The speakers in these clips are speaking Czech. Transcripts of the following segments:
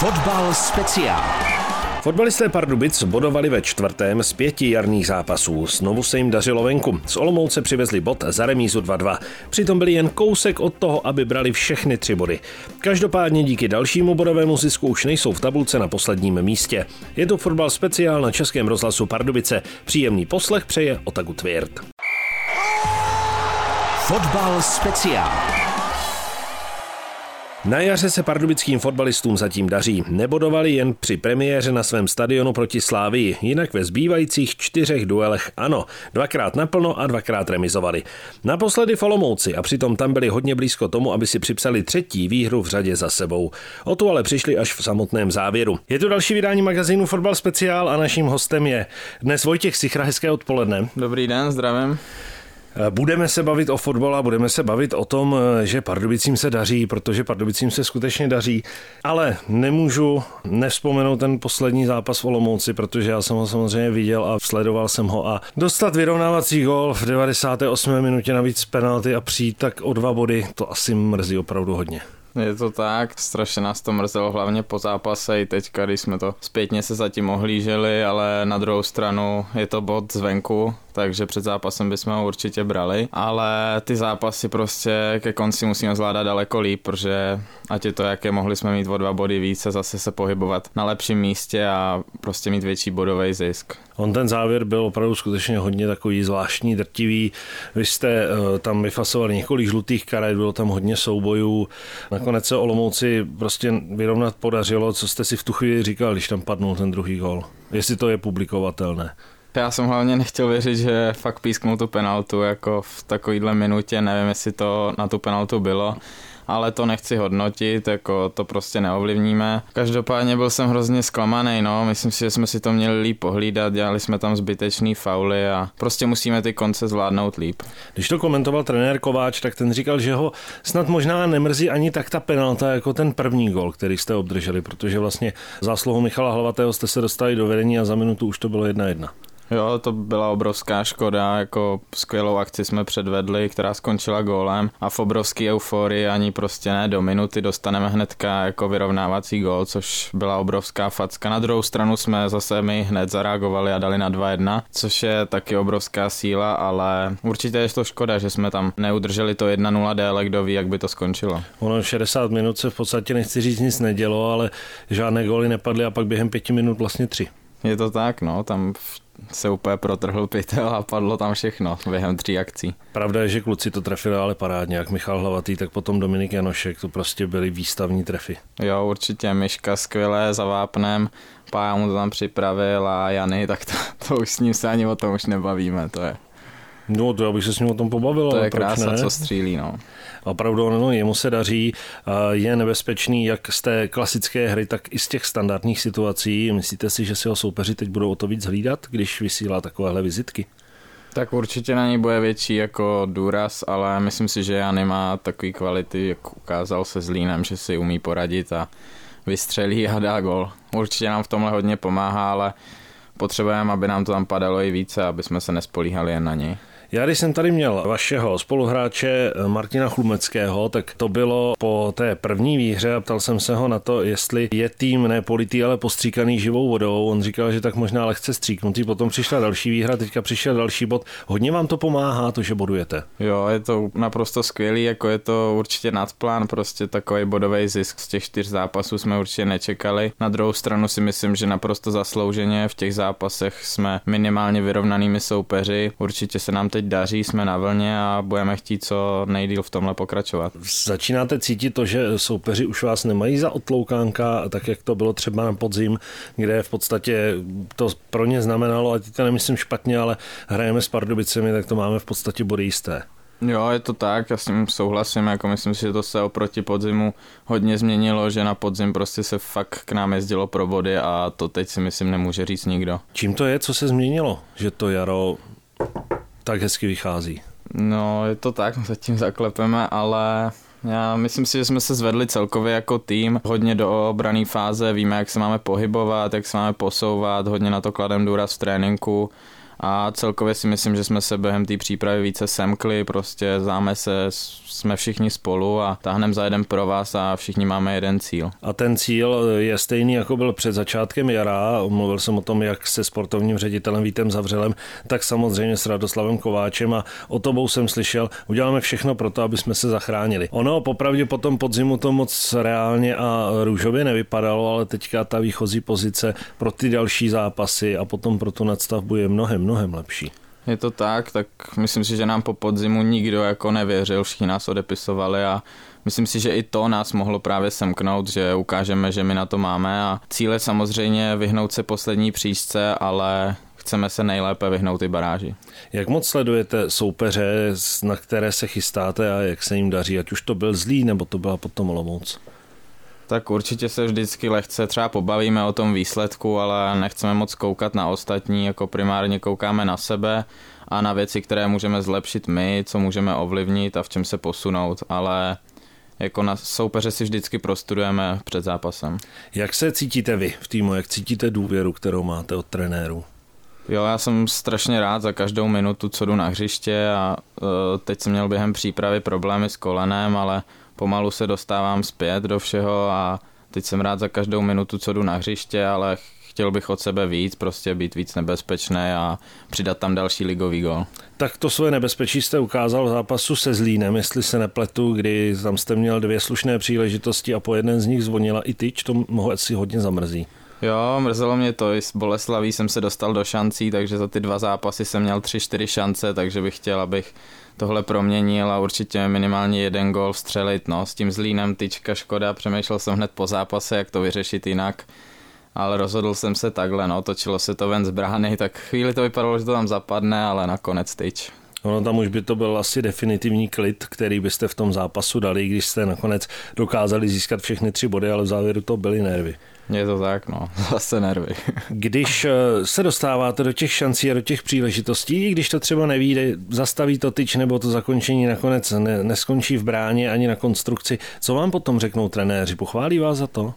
Fotbal speciál. Fotbalisté Pardubic bodovali ve čtvrtém z 5 jarních zápasů. Znovu se jim dařilo venku. Z Olomouce přivezli bod za remízu 2-2. Přitom byli jen kousek od toho, aby brali všechny 3 body. Každopádně díky dalšímu bodovému zisku už nejsou v tabulce na posledním místě. Je to Fotbal speciál na Českém rozhlasu Pardubice. Příjemný poslech přeje Otaku Tvěrt. Fotbal speciál. Na jaře se pardubickým fotbalistům zatím daří. Nebodovali jen při premiéře na svém stadionu proti Slavii, jinak ve zbývajících 4 duelech ano, 2krát naplno a 2krát remizovali. Naposledy v Olomouci a přitom tam byli hodně blízko tomu, aby si připsali 3. výhru v řadě za sebou. O tu ale přišli až v samotném závěru. Je to další vydání magazínu Fotbal speciál a naším hostem je dnes Vojtěch Sichra. Hezké odpoledne. Dobrý den, zdravím. Budeme se bavit o fotbalu a budeme se bavit o tom, že Pardubicím se daří, protože Pardubicím se skutečně daří, ale nemůžu nevzpomenout ten poslední zápas v Olomouci, protože já jsem ho samozřejmě viděl a sledoval jsem ho a dostat vyrovnávací gól v 98. minutě navíc z penalty a přijít tak o 2 body, to asi mrzí opravdu hodně. Je to tak, strašně nás to mrzelo, hlavně po zápase i teďka, když jsme to zpětně se zatím ohlíželi, ale na druhou stranu je to bod zvenku, takže před zápasem bychom ho určitě brali, ale ty zápasy prostě ke konci musíme zvládat daleko líp, protože ať je to jaké, mohli jsme mít o 2 body víc a zase se pohybovat na lepším místě a prostě mít větší bodový zisk. On ten závěr byl opravdu skutečně hodně takový zvláštní, drtivý. Vy jste tam vyfasovali několik žlutých karet, bylo tam hodně soubojů. Nakonec se Olomouci prostě vyrovnat podařilo. Co jste si v tu chvíli říkal, když tam padnul ten druhý gól? Jestli to je publikovatelné? Já jsem hlavně nechtěl věřit, že fakt písknul tu penaltu jako v takovýhle minutě, nevím, jestli to na tu penaltu bylo, ale to nechci hodnotit, jako to prostě neovlivníme. Každopádně byl jsem hrozně zklamaný, no, myslím si, že jsme si to měli líp pohlídat, dělali jsme tam zbytečný fauly a prostě musíme ty konce zvládnout líp. Když to komentoval trenér Kováč, tak ten říkal, že ho snad možná nemrzí ani tak ta penalta jako ten první gól, který jste obdrželi, protože vlastně zásluhou Michala Hlavatého jste se dostali do vedení a za minutu už to bylo 1-1. Jo, to byla obrovská škoda, jako skvělou akci jsme předvedli, která skončila gólem a v obrovský euforii ani prostě ne do minuty dostaneme hnedka jako vyrovnávací gól, což byla obrovská facka. Na druhou stranu jsme zase my hned zareagovali a dali na 2-1, což je taky obrovská síla, ale určitě je to škoda, že jsme tam neudrželi to 1-0 déle, kdo ví, jak by to skončilo. Ono 60 minut se v podstatě, nechci říct, nic nedělo, ale žádné góly nepadly a pak během 5 minut vlastně 3. Je to tak, no, tam se úplně protrhl pytel a padlo tam všechno během 3 akcí. Pravda je, že kluci to trefili ale parádně, jak Michal Hlavatý, tak potom Dominik Janošek, to prostě byly výstavní trefy. Jo, určitě, Myška skvělé za vápnem, Pája mu to tam připravil a Jany, tak to už s ním se ani o tom už nebavíme, to je. No, to já bych se s ním o tom pobavil. To je krása, co střílí, no. Opravdu, no, jemu se daří, je nebezpečný jak z té klasické hry, tak i z těch standardních situací. Myslíte si, že si ho soupeři teď budou o to víc hlídat, když vysílá takovéhle vizitky? Tak určitě na něj bude větší jako důraz, ale myslím si, že Jany má takový kvality, jak ukázal se Zlínem, že si umí poradit a vystřelí a dá gol. Určitě nám v tomhle hodně pomáhá, ale potřebujeme, aby nám to tam padalo i více, aby jsme se nespolíhali jen na něj. Já když jsem tady měl vašeho spoluhráče Martina Chlumeckého, tak to bylo po té první výhře a ptal jsem se ho na to, jestli je tým ne politý, ale postříkaný živou vodou. On říkal, že tak možná lehce stříknutý, potom přišla další výhra, teďka přišel další bod. Hodně vám to pomáhá, to, že bodujete? Jo, je to naprosto skvělý, jako je to určitě nadplán, prostě takový bodový zisk z těch 4 zápasů jsme určitě nečekali. Na druhou stranu si myslím, že naprosto zaslouženě v těch zápasech jsme minimálně vyrovnanými soupeři. Určitě se nám teď daří, jsme na vlně a budeme chtít co nejdýl v tomhle pokračovat. Začínáte cítit to, že soupeři už vás nemají za otloukánka, tak jak to bylo třeba na podzim, kde v podstatě to pro ně znamenalo, a teď to nemyslím špatně, ale hrajeme s Pardubicemi, tak to máme v podstatě body jisté. Jo, je to tak, já s tím souhlasím, jako myslím si, že to se oproti podzimu hodně změnilo, že na podzim prostě se fakt k nám jezdilo pro body a to teď si myslím nemůže říct nikdo. Čím to je, co se změnilo, že to jaro tak hezky vychází? No, je to tak, zatím zaklepeme, ale já myslím si, že jsme se zvedli celkově jako tým hodně do obranné fáze, víme, jak se máme pohybovat, jak se máme posouvat, hodně na to kladem důraz v tréninku a celkově si myslím, že jsme se během té přípravy více semkli, prostě známe se, jsme všichni spolu a táhneme za jeden pro vás a všichni máme jeden cíl. A ten cíl je stejný, jako byl před začátkem jara. Mluvil jsem o tom, jak se sportovním ředitelem Vítem Zavřelem, tak samozřejmě s Radoslavem Kováčem a o tobou jsem slyšel, uděláme všechno pro to, aby jsme se zachránili. Ono popravdě po tom podzimu to moc reálně a růžově nevypadalo, ale teďka ta výchozí pozice pro ty další zápasy a potom pro tu nadstavbu je mnohem lepší. Je to tak myslím si, že nám po podzimu nikdo jako nevěřil, všichni nás odepisovali a myslím si, že i to nás mohlo právě semknout, že ukážeme, že my na to máme a cíle samozřejmě vyhnout se poslední příčce, ale chceme se nejlépe vyhnout i baráži. Jak moc sledujete soupeře, na které se chystáte a jak se jim daří, ať už to byl Zlín, nebo to byla potom Olomouc? Tak určitě se vždycky lehce třeba pobavíme o tom výsledku, ale nechceme moc koukat na ostatní, jako primárně koukáme na sebe a na věci, které můžeme zlepšit my, co můžeme ovlivnit a v čem se posunout, ale jako na soupeře si vždycky prostudujeme před zápasem. Jak se cítíte vy v týmu, jak cítíte důvěru, kterou máte od trenérů? Jo, já jsem strašně rád za každou minutu, co jdu na hřiště a teď jsem měl během přípravy problémy s kolenem, ale pomalu se dostávám zpět do všeho a teď jsem rád za každou minutu, co jdu na hřiště, ale chtěl bych od sebe víc, prostě být víc nebezpečný a přidat tam další ligový gól. Tak to své nebezpečí jste ukázal v zápasu se Zlínem, jestli se nepletu, kdy tam jste měl 2 slušné příležitosti a po jeden z nich zvonila i tyč, to mohlo si hodně zamrzí. Jo, mrzelo mě to, i s Boleslaví jsem se dostal do šancí, takže za ty 2 zápasy jsem měl 3-4 šance, takže bych chtěl, abych tohle proměnil a určitě minimálně 1 gól vstřelit. No, s tím Zlínem tyčka, škoda, přemýšlel jsem hned po zápase, jak to vyřešit jinak, ale rozhodl jsem se takhle, no, točilo se to ven z brány, tak chvíli to vypadalo, že to tam zapadne, ale nakonec tyč. Ono tam už by to byl asi definitivní klid, který byste v tom zápasu dali, když jste nakonec dokázali získat všechny 3 body, ale v závěru to byly nervy. Je to tak, no, zase nervy. Když se dostáváte do těch šancí a do těch příležitostí, když to třeba nevyjde, zastaví to tyč nebo to zakončení nakonec neskončí v bráně ani na konstrukci, co vám potom řeknou trenéři? Pochválí vás za to?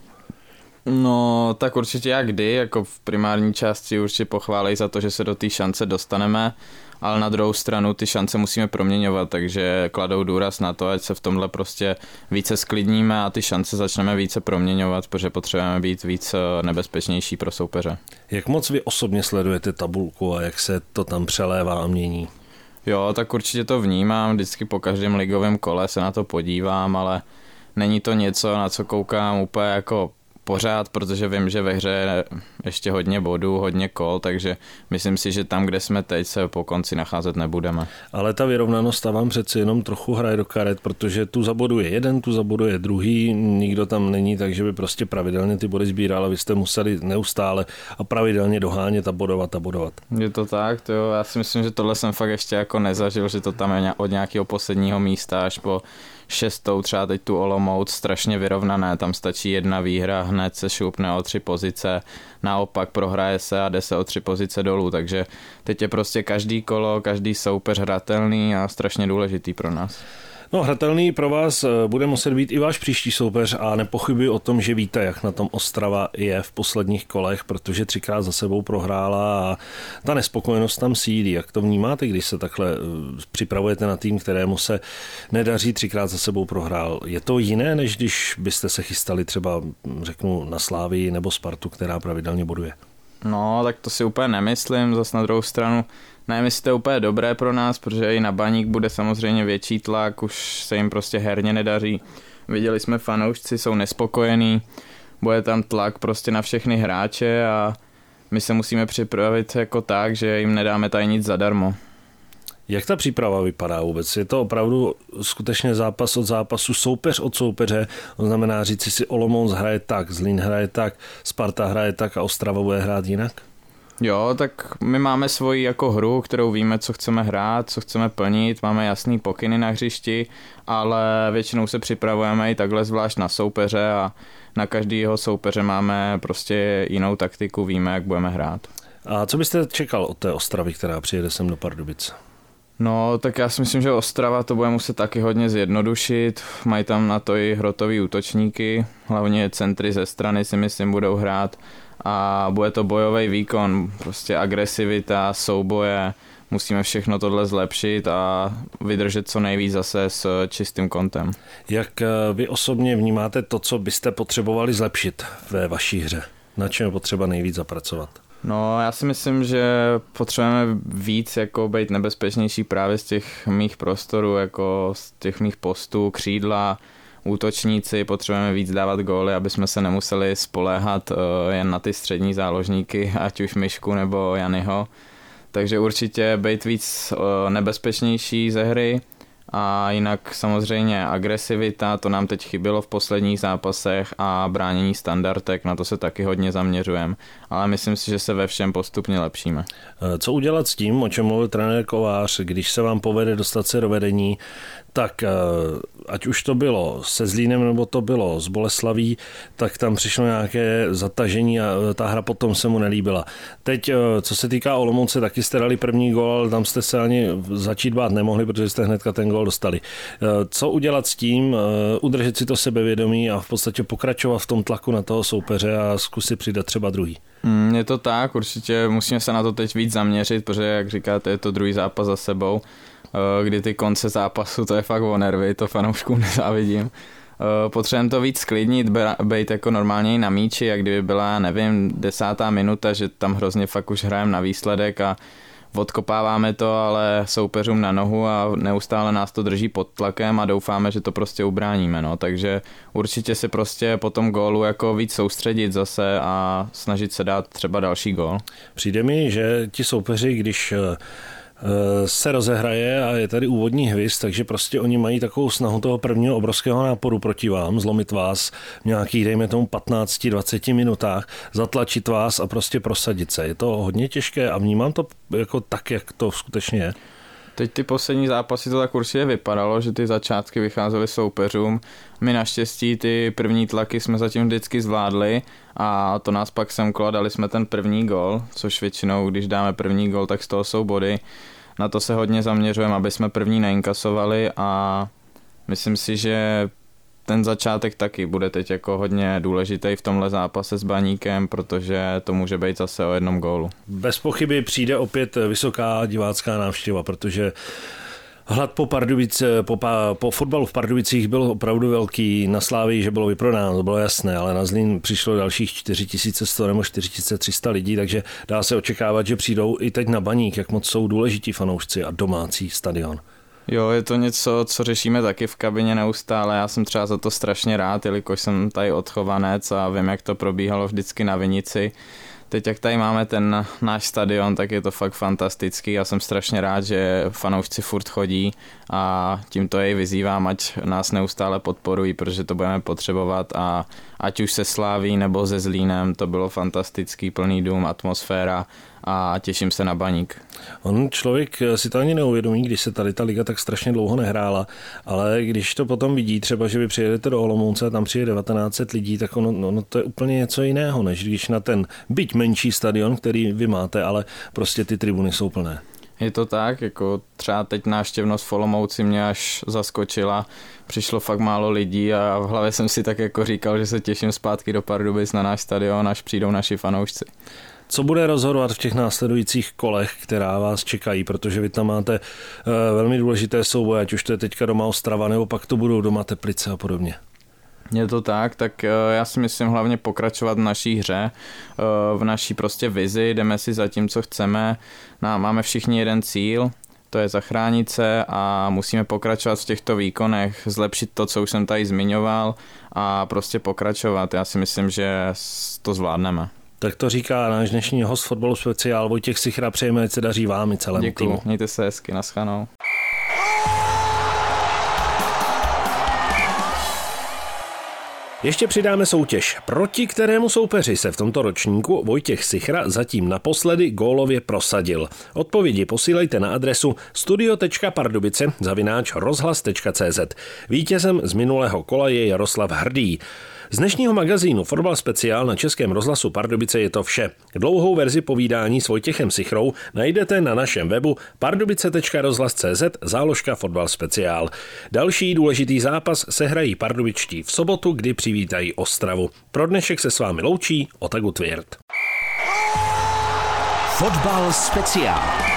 No, tak určitě jak kdy, jako v primární části určitě pochválej za to, že se do té šance dostaneme, ale na druhou stranu ty šance musíme proměňovat, takže kladou důraz na to, ať se v tomhle prostě více sklidníme a ty šance začneme více proměňovat, protože potřebujeme být víc nebezpečnější pro soupeře. Jak moc vy osobně sledujete tabulku a jak se to tam přelévá a mění? Jo, tak určitě to vnímám, vždycky po každém ligovém kole se na to podívám, ale není to něco, na co koukám úplně jako pořád, protože vím, že ve hře je ještě hodně bodů, hodně kol, takže myslím si, že tam, kde jsme teď, se po konci nacházet nebudeme. Ale ta vyrovnanost ta vám přeci jenom trochu hraje do karet, protože tu zaboduje jeden, tu zaboduje druhý, nikdo tam není, takže by prostě pravidelně ty body sbíral a vy jste museli neustále a pravidelně dohánět a bodovat a bodovat. Je to tak, to jo, já si myslím, že tohle jsem fakt ještě jako nezažil, že to tam je od nějakého posledního místa až po 6. třeba teď tu Olomouc, strašně vyrovnané, tam stačí 1 výhra, hned se šupne o 3 pozice, naopak prohraje se a jde se o 3 pozice dolů, takže teď je prostě každý kolo, každý soupeř hratelný a strašně důležitý pro nás. No, hratelný pro vás bude muset být i váš příští soupeř a nepochybuji o tom, že víte, jak na tom Ostrava je v posledních kolech, protože 3krát za sebou prohrála a ta nespokojenost tam sílí. Jak to vnímáte, když se takhle připravujete na tým, kterému se nedaří, 3krát za sebou prohrál? Je to jiné, než když byste se chystali třeba, řeknu, na Slávii nebo Spartu, která pravidelně boduje? No, tak to si úplně nemyslím, zas na druhou stranu nevím, jestli to je úplně dobré pro nás, protože i na Baník bude samozřejmě větší tlak, už se jim prostě herně nedaří. Viděli jsme, fanoušci jsou nespokojení, bude tam tlak prostě na všechny hráče a my se musíme připravit jako tak, že jim nedáme tady nic zadarmo. Jak ta příprava vypadá vůbec? Je to opravdu skutečně zápas od zápasu, soupeř od soupeře, to znamená říci si Olomouc hraje tak, Zlín hraje tak, Sparta hraje tak a Ostrava bude hrát jinak? Jo, tak my máme svoji jako hru, kterou víme, co chceme hrát, co chceme plnit, máme jasný pokyny na hřišti, ale většinou se připravujeme i takhle zvlášť na soupeře a na každého soupeře máme prostě jinou taktiku, víme, jak budeme hrát. A co byste čekal od té Ostravy, která přijede sem do Pardubic? No, tak já si myslím, že Ostrava to bude muset taky hodně zjednodušit, mají tam na to i hrotový útočníky, hlavně centry ze strany si myslím budou hrát a bude to bojový výkon, prostě agresivita, souboje, musíme všechno tohle zlepšit a vydržet co nejvíc zase s čistým kontem. Jak vy osobně vnímáte to, co byste potřebovali zlepšit ve vaší hře? Na čem je potřeba nejvíc zapracovat? No, já si myslím, že potřebujeme víc jako být nebezpečnější právě z těch mých prostorů, jako z těch mých postů, křídla, útočníci, potřebujeme víc dávat góly, aby jsme se nemuseli spoléhat jen na ty střední záložníky, ať už Myšku nebo Janyho. Takže určitě být víc nebezpečnější ze hry a jinak samozřejmě agresivita, to nám teď chybělo v posledních zápasech a bránění standardek, na to se taky hodně zaměřujeme, ale myslím si, že se ve všem postupně lepšíme. Co udělat s tím, o čem mluvil trenér Kovář, když se vám povede dostat se do vedení, tak ať už to bylo se Zlínem nebo to bylo s Boleslaví, tak tam přišlo nějaké zatažení a ta hra potom se mu nelíbila. Teď, co se týká Olomouce, taky jste dali první gól, ale tam jste se ani začít bát nemohli, protože jste hnedka ten gól dostali. Co udělat s tím, udržet si to sebevědomí a v podstatě pokračovat v tom tlaku na toho soupeře a zkusit přidat třeba druhý? Je to tak, určitě musíme se na to teď víc zaměřit, protože jak říkáte, je to druhý zápas za sebou, kdy ty konce zápasu, to je fakt o nervy, to fanouškům nezávidím. Potřebujeme to víc sklidnit, být jako normálně na míči, jak kdyby byla, nevím, 10. minuta, že tam hrozně fakt už hrajeme na výsledek a odkopáváme to, ale soupeřům na nohu a neustále nás to drží pod tlakem a doufáme, že to prostě ubráníme, no. Takže určitě se prostě po tom gólu jako víc soustředit zase a snažit se dát třeba další gól. Přijde mi, že ti soupeři, když se rozehraje a je tady úvodní hvizd, takže prostě oni mají takovou snahu toho prvního obrovského náporu proti vám, zlomit vás v nějakých, dejme tomu 15-20 minutách, zatlačit vás a prostě prosadit se. Je to hodně těžké a vnímám to jako tak, jak to skutečně je. Teď ty poslední zápasy to tak určitě vypadalo, že ty začátky vycházely soupeřům. My naštěstí ty první tlaky jsme zatím vždycky zvládli a to nás pak semklo a dali jsme ten první gól, což většinou, když dáme první gól, tak z toho jsou body. Na to se hodně zaměřujeme, aby jsme první neinkasovali a myslím si, že ten začátek taky bude teď jako hodně důležitý v tomhle zápase s Baníkem, protože to může být zase o jednom gólu. Bez pochyby přijde opět vysoká divácká návštěva, protože hlad po fotbalu v Pardubicích byl opravdu velký. Na Slávii, že bylo vyprodáno, to bylo jasné, ale na Zlín přišlo dalších 4100 nebo 4300 lidí, takže dá se očekávat, že přijdou i teď na Baník, jak moc jsou důležití fanoušci a domácí stadion. Jo, je to něco, co řešíme taky v kabině neustále. Já jsem třeba za to strašně rád, jelikož jsem tady odchovanec a vím, jak to probíhalo vždycky na Vinici. Teď, jak tady máme ten náš stadion, tak je to fakt fantastický. Já jsem strašně rád, že fanoušci furt chodí a tímto jej vyzývám, ať nás neustále podporují, protože to budeme potřebovat a ať už se Sláví nebo se Zlínem, to bylo fantastický, plný dům, atmosféra a těším se na Baník. On člověk si to ani neuvědomí, když se tady ta liga tak strašně dlouho nehrála, ale když to potom vidí, třeba, že vy přijedete do Olomouce a tam přijde 1900 lidí, tak ono to je úplně něco jiného, než když na ten byť menší stadion, který vy máte, ale prostě ty tribuny jsou plné. Je to tak, jako třeba teď návštěvnost v Olomouci mě až zaskočila, přišlo fakt málo lidí a v hlavě jsem si tak jako říkal, že se těším zpátky do Pardubic na náš stadion, až přijdou naši fanoušci. Co bude rozhodovat v těch následujících kolech, která vás čekají, protože vy tam máte velmi důležité souboje, ať už to je teďka doma Ostrava, nebo pak to budou doma Teplice a podobně. Je to tak já si myslím hlavně pokračovat v naší hře, v naší prostě vizi, jdeme si za tím, co chceme, máme všichni jeden cíl, to je zachránit se a musíme pokračovat v těchto výkonech, zlepšit to, co už jsem tady zmiňoval a prostě pokračovat. Já si myslím, že to zvládneme. Tak to říká náš dnešní host Fotbalu speciál Vojtěch Sichra, přejeme, ať se daří vám i celému týmu. Děkuju, mějte se hezky, naschledanou. Ještě přidáme soutěž, proti kterému soupeři se v tomto ročníku Vojtěch Sichra zatím naposledy gólově prosadil. Odpovědi posílejte na adresu studio.pardubice@rozhlas.cz. Vítězem z minulého kola je Jaroslav Hrdý. Z dnešního magazínu Fotbal speciál na Českém rozhlasu Pardubice je to vše. Dlouhou verzi povídání s Vojtěchem Sichrou najdete na našem webu pardubice.rozhlas.cz Fotbal speciál. Další důležitý zápas sehrají pardubičtí v sobotu, kdy přivítají Ostravu. Pro dnešek se s vámi loučí Ota Gutwirth. Fotbal speciál.